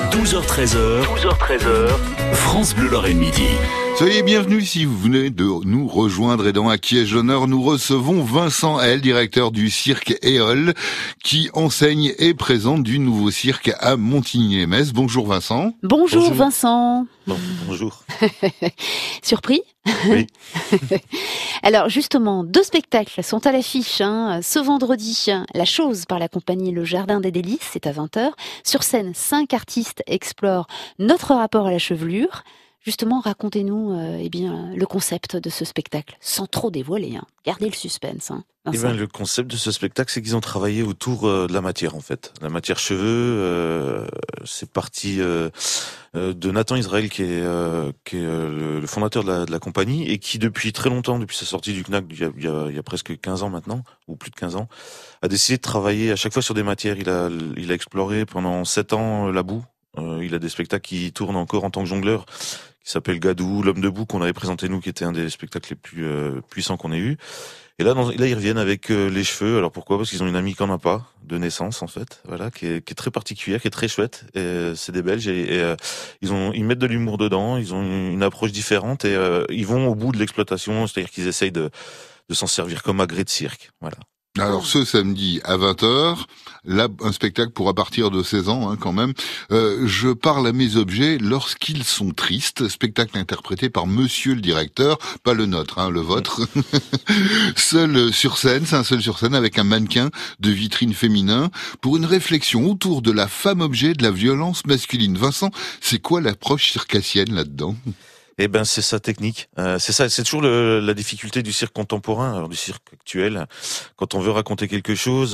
12h13h, France Bleu Lorraine Midi. Soyez bienvenus si vous venez de nous rejoindre et dans À qui ai-je l'honneur, nous recevons Vincent L, directeur du cirque Éole, qui enseigne et présente du nouveau cirque à Montigny-lès-Metz. Bonjour Vincent. Bonjour Vincent. Bonjour. Surpris ? Oui. Alors justement, 2 spectacles sont à l'affiche. Ce vendredi, La Chose par la compagnie Le Jardin des Délices, c'est à 20h. Sur scène, 5 artistes explorent notre rapport à la chevelure. Justement, racontez-nous le concept de ce spectacle, sans trop dévoiler. Gardez le suspense. Le concept de ce spectacle, c'est qu'ils ont travaillé autour de la matière, en fait. La matière cheveux, c'est parti de Nathan Israël, qui est le fondateur de la compagnie, et qui depuis très longtemps, depuis sa sortie du CNAC, il y a presque 15 ans maintenant, ou plus de 15 ans, a décidé de travailler à chaque fois sur des matières. Il a exploré pendant 7 ans la boue. Il a des spectacles qui tournent encore en tant que jongleur, qui s'appelle Gadou, l'homme debout, qu'on avait présenté nous, qui était un des spectacles les plus puissants qu'on ait eu. Et là, ils reviennent avec les cheveux. Alors pourquoi ? Parce qu'ils ont une amie qu'on n'a pas, de naissance en fait, voilà, qui est très particulière, qui est très chouette. Et c'est des Belges et ils mettent de l'humour dedans. Ils ont une approche différente et ils vont au bout de l'exploitation, c'est-à-dire qu'ils essayent de s'en servir comme agrès de cirque, voilà. Alors ce samedi à 20h, là un spectacle pourra partir de 16 ans quand même. Je parle à mes objets lorsqu'ils sont tristes. Spectacle interprété par Monsieur le directeur, pas le nôtre, le vôtre. Seul sur scène, c'est un seul sur scène avec un mannequin de vitrine féminin pour une réflexion autour de la femme objet, de la violence masculine. Vincent, c'est quoi l'approche circassienne là-dedans ? C'est sa technique. C'est toujours la difficulté du cirque contemporain, alors du cirque actuel. Quand on veut raconter quelque chose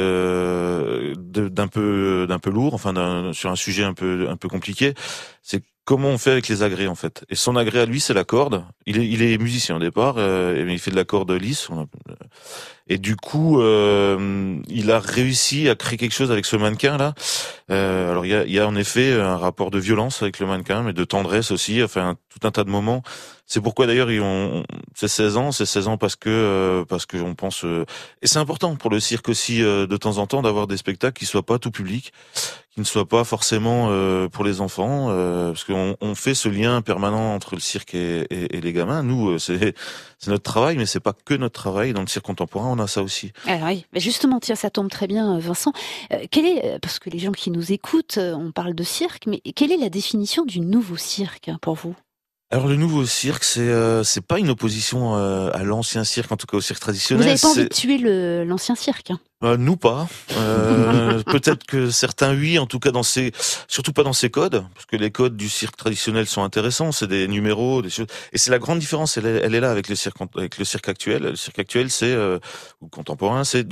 d'un peu lourd, sur un sujet un peu compliqué, c'est comment on fait avec les agrès en fait. Et son agrès à lui, c'est la corde. Il est musicien au départ, il fait de la corde lisse. Et du coup, il a réussi à créer quelque chose avec ce mannequin là. Alors il y a en effet un rapport de violence avec le mannequin, mais de tendresse aussi. Tout un tas de moments. C'est pourquoi d'ailleurs c'est 16 ans parce que on pense et c'est important pour le cirque aussi de temps en temps d'avoir des spectacles qui soient pas tout public, qui ne soient pas forcément pour les enfants, parce qu'on fait ce lien permanent entre le cirque et les gamins. Nous, c'est notre travail, mais c'est pas que notre travail. Dans le cirque contemporain, on a ça aussi. Alors oui, justement, tiens, ça tombe très bien, Vincent. Parce que les gens qui nous écoutent, on parle de cirque, mais quelle est la définition du nouveau cirque pour vous ? Alors le nouveau cirque, c'est pas une opposition à l'ancien cirque, en tout cas au cirque traditionnel. Vous n'avez pas envie de tuer l'ancien cirque ? Nous pas. Peut-être que certains oui, en tout cas surtout pas dans ces codes, parce que les codes du cirque traditionnel sont intéressants, c'est des numéros, des choses. Et c'est la grande différence, elle est là avec le cirque actuel. Le cirque actuel, c'est ou contemporain, c'est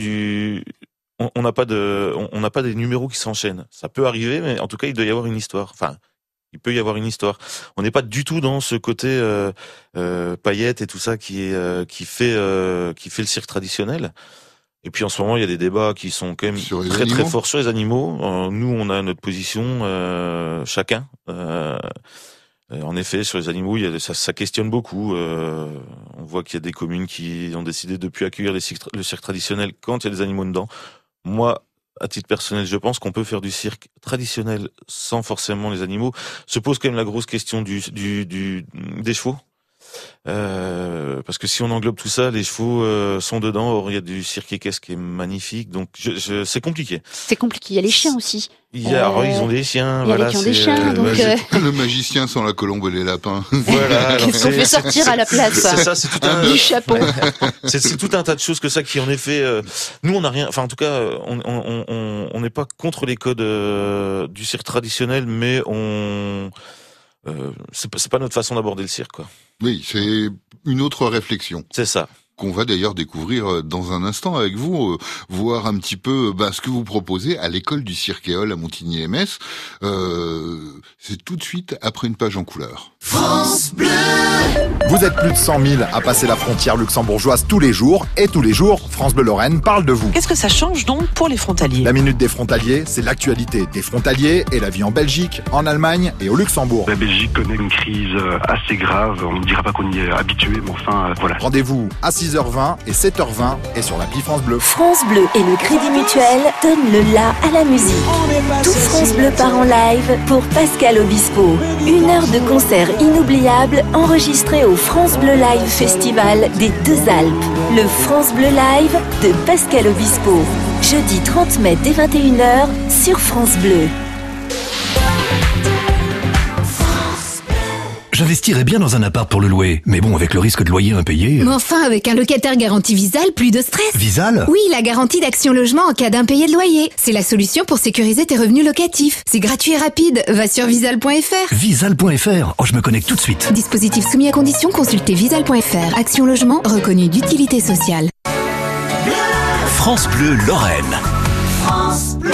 on n'a pas des numéros qui s'enchaînent. Ça peut arriver, mais en tout cas, il doit y avoir une histoire. Il peut y avoir une histoire. On n'est pas du tout dans ce côté paillettes et tout ça qui fait le cirque traditionnel. Et puis en ce moment, il y a des débats qui sont quand même très forts sur les animaux. Nous, on a notre position chacun. En effet, sur les animaux, ça questionne beaucoup. On voit qu'il y a des communes qui ont décidé de plus accueillir le cirque traditionnel quand il y a des animaux dedans. Moi, à titre personnel, je pense qu'on peut faire du cirque traditionnel sans forcément les animaux. Se pose quand même la grosse question des chevaux. Parce que si on englobe tout ça, les chevaux sont dedans. Or, il y a du cirque équestre qui est magnifique. Donc, c'est compliqué. C'est compliqué. Il y a les chiens aussi. Ils ont des chiens. Il y a les qui ont des chiens. Le magicien sans la colombe et les lapins. Voilà. Qu'est-ce qu'on fait sortir à la place ? C'est ça, c'est tout du chapeau. C'est tout un tas de choses que ça qui, en effet, nous, on n'a rien. En tout cas, on n'est pas contre les codes du cirque traditionnel, mais c'est pas notre façon d'aborder le cirque, quoi. Oui, c'est une autre réflexion. C'est ça. Qu'on va d'ailleurs découvrir dans un instant avec vous, voir un petit peu ce que vous proposez à l'école du cirque Éole à Montigny-lès-Metz. C'est tout de suite après une page en couleur. France Bleu. Vous êtes plus de 100 000 à passer la frontière luxembourgeoise tous les jours, et tous les jours, France Bleu Lorraine parle de vous. Qu'est-ce que ça change donc pour les frontaliers ? La Minute des Frontaliers, c'est l'actualité des frontaliers et la vie en Belgique, en Allemagne et au Luxembourg. La Belgique connaît une crise assez grave, on ne dira pas qu'on y est habitué, mais enfin, voilà. Rendez-vous à 6h 6h20 et 7h20 et sur l'appli France Bleu. France Bleu et le Crédit Mutuel donnent le la à la musique. Tout France Bleu part en live pour Pascal Obispo. 1 heure de concert inoubliable enregistré au France Bleu Live Festival des Deux Alpes. Le France Bleu Live de Pascal Obispo. Jeudi 30 mai dès 21h sur France Bleu. J'investirais bien dans un appart pour le louer, mais bon, avec le risque de loyer impayé... Mais enfin, avec un locataire garanti Visal, plus de stress. Visal ? Oui, la garantie d'Action Logement en cas d'impayé de loyer. C'est la solution pour sécuriser tes revenus locatifs. C'est gratuit et rapide. Va sur visal.fr. Visal.fr. Oh, je me connecte tout de suite. Dispositif soumis à conditions, consultez visal.fr. Action Logement, reconnu d'utilité sociale. France Bleu Lorraine. France Bleu.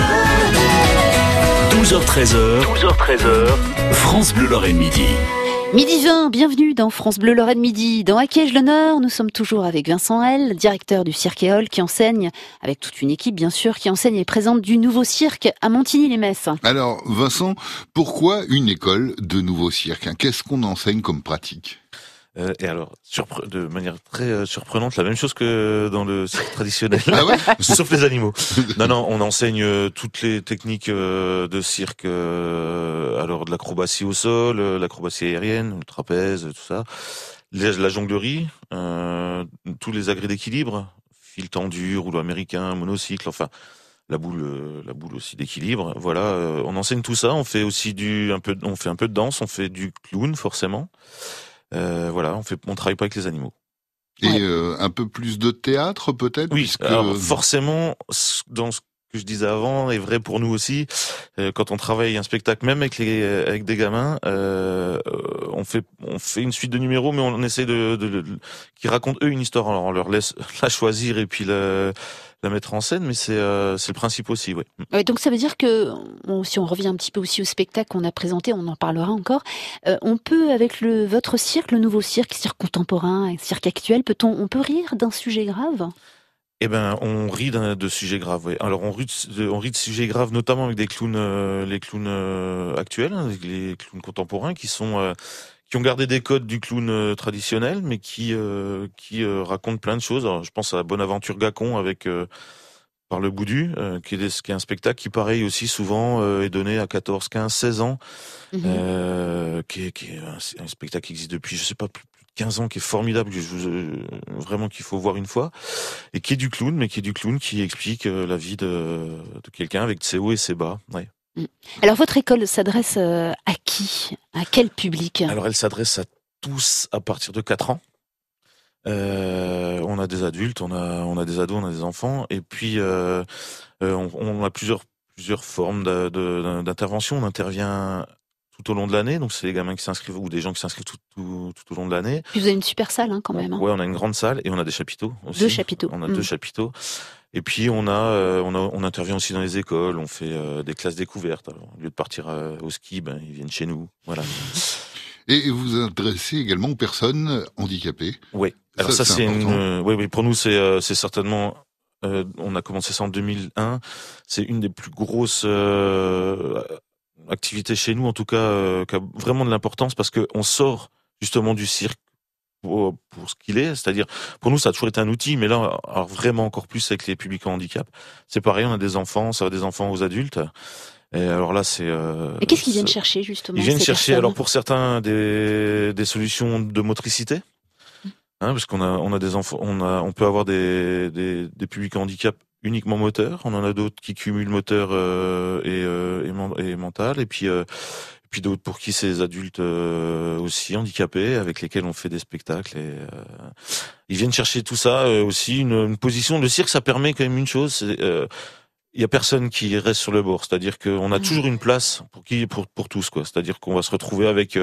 12h13h, France Bleu Lorraine Midi. Midi 20, bienvenue dans France Bleu Lorraine Midi. Dans À qui ai-je l'honneur, nous sommes toujours avec Vincent L, directeur du Cirque Éole, qui enseigne, avec toute une équipe bien sûr, qui enseigne et présente du nouveau cirque à Montigny-les-Metz. Alors Vincent, pourquoi une école de nouveau cirque ? Qu'est-ce qu'on enseigne comme pratique ? Et alors, de manière très surprenante, la même chose que dans le cirque traditionnel, sauf les animaux. Non, on enseigne toutes les techniques de cirque, alors de l'acrobatie au sol, l'acrobatie aérienne, le trapèze, tout ça, la jonglerie, tous les agrès d'équilibre, fil tendu, rouleau américain, monocycle, enfin la boule aussi d'équilibre. Voilà, on enseigne tout ça. On fait aussi on fait un peu de danse, on fait du clown forcément. Voilà, on travaille pas avec les animaux. Et un peu plus de théâtre peut-être ? Oui, puisque... alors forcément, dans ce que je disais avant, est vrai pour nous aussi. Quand on travaille un spectacle, même avec des gamins, on fait une suite de numéros, mais on essaie qui racontent eux une histoire. Alors on leur laisse la choisir et puis la mettre en scène, mais c'est le principe aussi, oui. Ouais, donc ça veut dire que, si on revient un petit peu aussi au spectacle qu'on a présenté, on en parlera encore, on peut, avec votre cirque, le nouveau cirque contemporain, cirque actuel, on peut rire d'un sujet grave ? Eh ben, on rit de sujets graves, oui. Alors on rit de sujets graves, notamment avec des clowns, les clowns actuels, les clowns contemporains qui ont gardé des codes du clown traditionnel, mais qui racontent plein de choses. Alors, je pense à Bonaventure Gacon avec Par le Boudu, qui est un spectacle qui, pareil aussi, souvent est donné à 14, 15, 16 ans, qui est un spectacle qui existe depuis, je sais pas, plus de 15 ans, qui est formidable, vraiment qu'il faut voir une fois, et qui est du clown, mais qui est du clown qui explique la vie de quelqu'un avec ses hauts et ses bas. Ouais. Alors votre école s'adresse à qui ? À quel public ? Alors elle s'adresse à tous à partir de 4 ans. On a des adultes, on a des ados, on a des enfants, et puis on a plusieurs formes d'intervention. On intervient tout au long de l'année, donc c'est les gamins qui s'inscrivent ou des gens qui s'inscrivent tout au long de l'année. Puis vous avez une super salle quand même. Ouais, on a une grande salle et on a des chapiteaux aussi. 2 chapiteaux. On a 2 chapiteaux. Et puis on intervient aussi dans les écoles, on fait des classes découvertes. Alors, au lieu de partir au ski, ils viennent chez nous. Voilà. Et vous adressez également aux personnes handicapées. Oui. Alors ça c'est oui, pour nous c'est certainement on a commencé ça en 2001, c'est une des plus grosses activités chez nous, en tout cas qui a vraiment de l'importance parce que on sort justement du cirque pour ce qu'il est, c'est-à-dire pour nous ça a toujours été un outil, mais là alors vraiment encore plus avec les publics en handicap. C'est pareil, on a des enfants, ça va des enfants aux adultes. Et alors là, c'est. Et qu'est-ce qu'ils viennent chercher justement ? Ils viennent chercher, alors pour certains, des solutions de motricité, parce qu'on a des enfants, on peut avoir des publics en handicap uniquement moteurs. On en a d'autres qui cumulent moteur et mental, et puis d'autres pour qui c'est des adultes aussi handicapés, avec lesquels on fait des spectacles. Et ils viennent chercher tout ça aussi, une position. Le cirque, ça permet quand même une chose. C'est, il y a personne qui reste sur le bord, c'est-à-dire qu'on a toujours une place pour tous, quoi. C'est-à-dire qu'on va se retrouver avec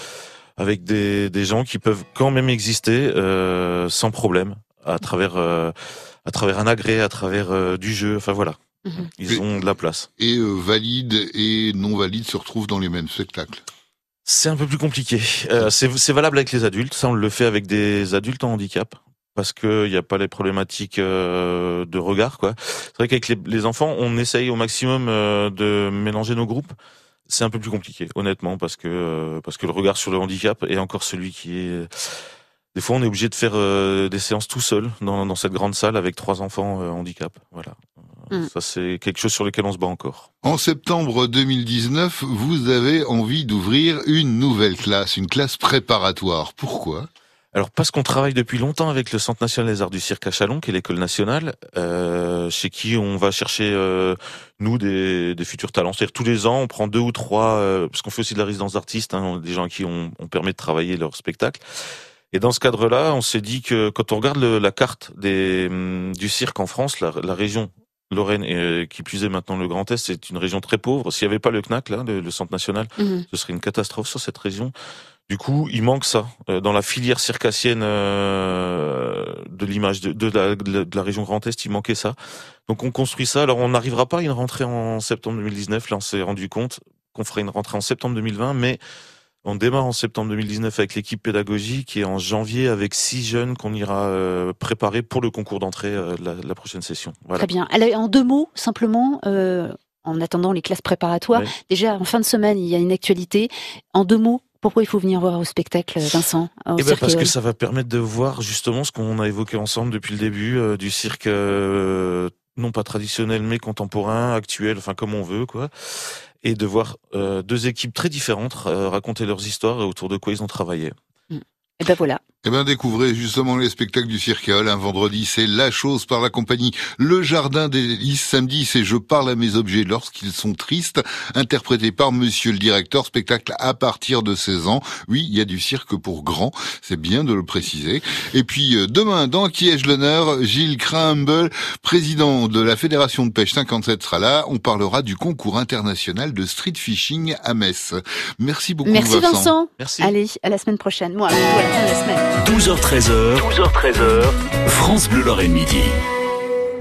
des gens qui peuvent quand même exister sans problème à travers un agrès, à travers du jeu. Enfin voilà, ils ont de la place. Et valides et non valides se retrouvent dans les mêmes spectacles. C'est un peu plus compliqué. C'est valable avec les adultes. Ça, on le fait avec des adultes en handicap. Parce que y a pas les problématiques de regard, quoi. C'est vrai qu'avec les enfants, on essaye au maximum de mélanger nos groupes. C'est un peu plus compliqué, honnêtement, parce que le regard sur le handicap est encore celui qui est des fois, on est obligé de faire des séances tout seul dans cette grande salle avec 3 enfants handicap. Voilà. Ça, c'est quelque chose sur lequel on se bat encore. En septembre 2019, vous avez envie d'ouvrir une nouvelle classe, une classe préparatoire. Pourquoi ? Alors, parce qu'on travaille depuis longtemps avec le Centre national des arts du cirque à Châlons, qui est l'école nationale, chez qui on va chercher, nous, des futurs talents. C'est-à-dire, tous les ans, on prend 2 ou 3, parce qu'on fait aussi de la résidence d'artistes, des gens à qui on permet de travailler leur spectacle. Et dans ce cadre-là, on s'est dit que quand on regarde la carte du cirque en France, la région Lorraine, et qui plus est maintenant le Grand Est, c'est une région très pauvre. S'il n'y avait pas le CNAC, là, le Centre national, ce serait une catastrophe sur cette région. Du coup, il manque ça. Dans la filière circassienne de l'image de la région Grand Est, il manquait ça. Donc on construit ça. Alors on n'arrivera pas à une rentrée en septembre 2019. Là, on s'est rendu compte qu'on ferait une rentrée en septembre 2020, mais on démarre en septembre 2019 avec l'équipe pédagogique et en janvier avec 6 jeunes qu'on ira préparer pour le concours d'entrée de la prochaine session. Voilà. Très bien. Alors, en 2 mots, simplement, en attendant les classes préparatoires, Ouais. Déjà en fin de semaine, il y a une actualité. En 2 mots, pourquoi il faut venir voir au spectacle, Vincent, au Eh ben Cirque parce que Éole? ça va permettre de voir justement ce qu'on a évoqué ensemble depuis le début, du cirque non pas traditionnel mais contemporain, actuel, enfin comme on veut quoi, et de voir 2 équipes très différentes raconter leurs histoires et autour de quoi ils ont travaillé. Et ben voilà. Eh ben, découvrez justement les spectacles du Cirque Éole. Un vendredi, c'est La Chose par la compagnie Le Jardin des Délices. Samedi, c'est Je parle à mes objets lorsqu'ils sont tristes, interprété par Monsieur le Directeur. Spectacle à partir de 16 ans. Oui, il y a du cirque pour grands. C'est bien de le préciser. Et puis, demain, dans Qui ai-je l'honneur, Gilles Crimble, président de la Fédération de pêche 57 sera là. On parlera du concours international de street fishing à Metz. Merci beaucoup, Merci Vincent. Merci. Allez, à la semaine prochaine. Moi, à la fin de la semaine. 12h13h, France Bleu Lorraine Midi.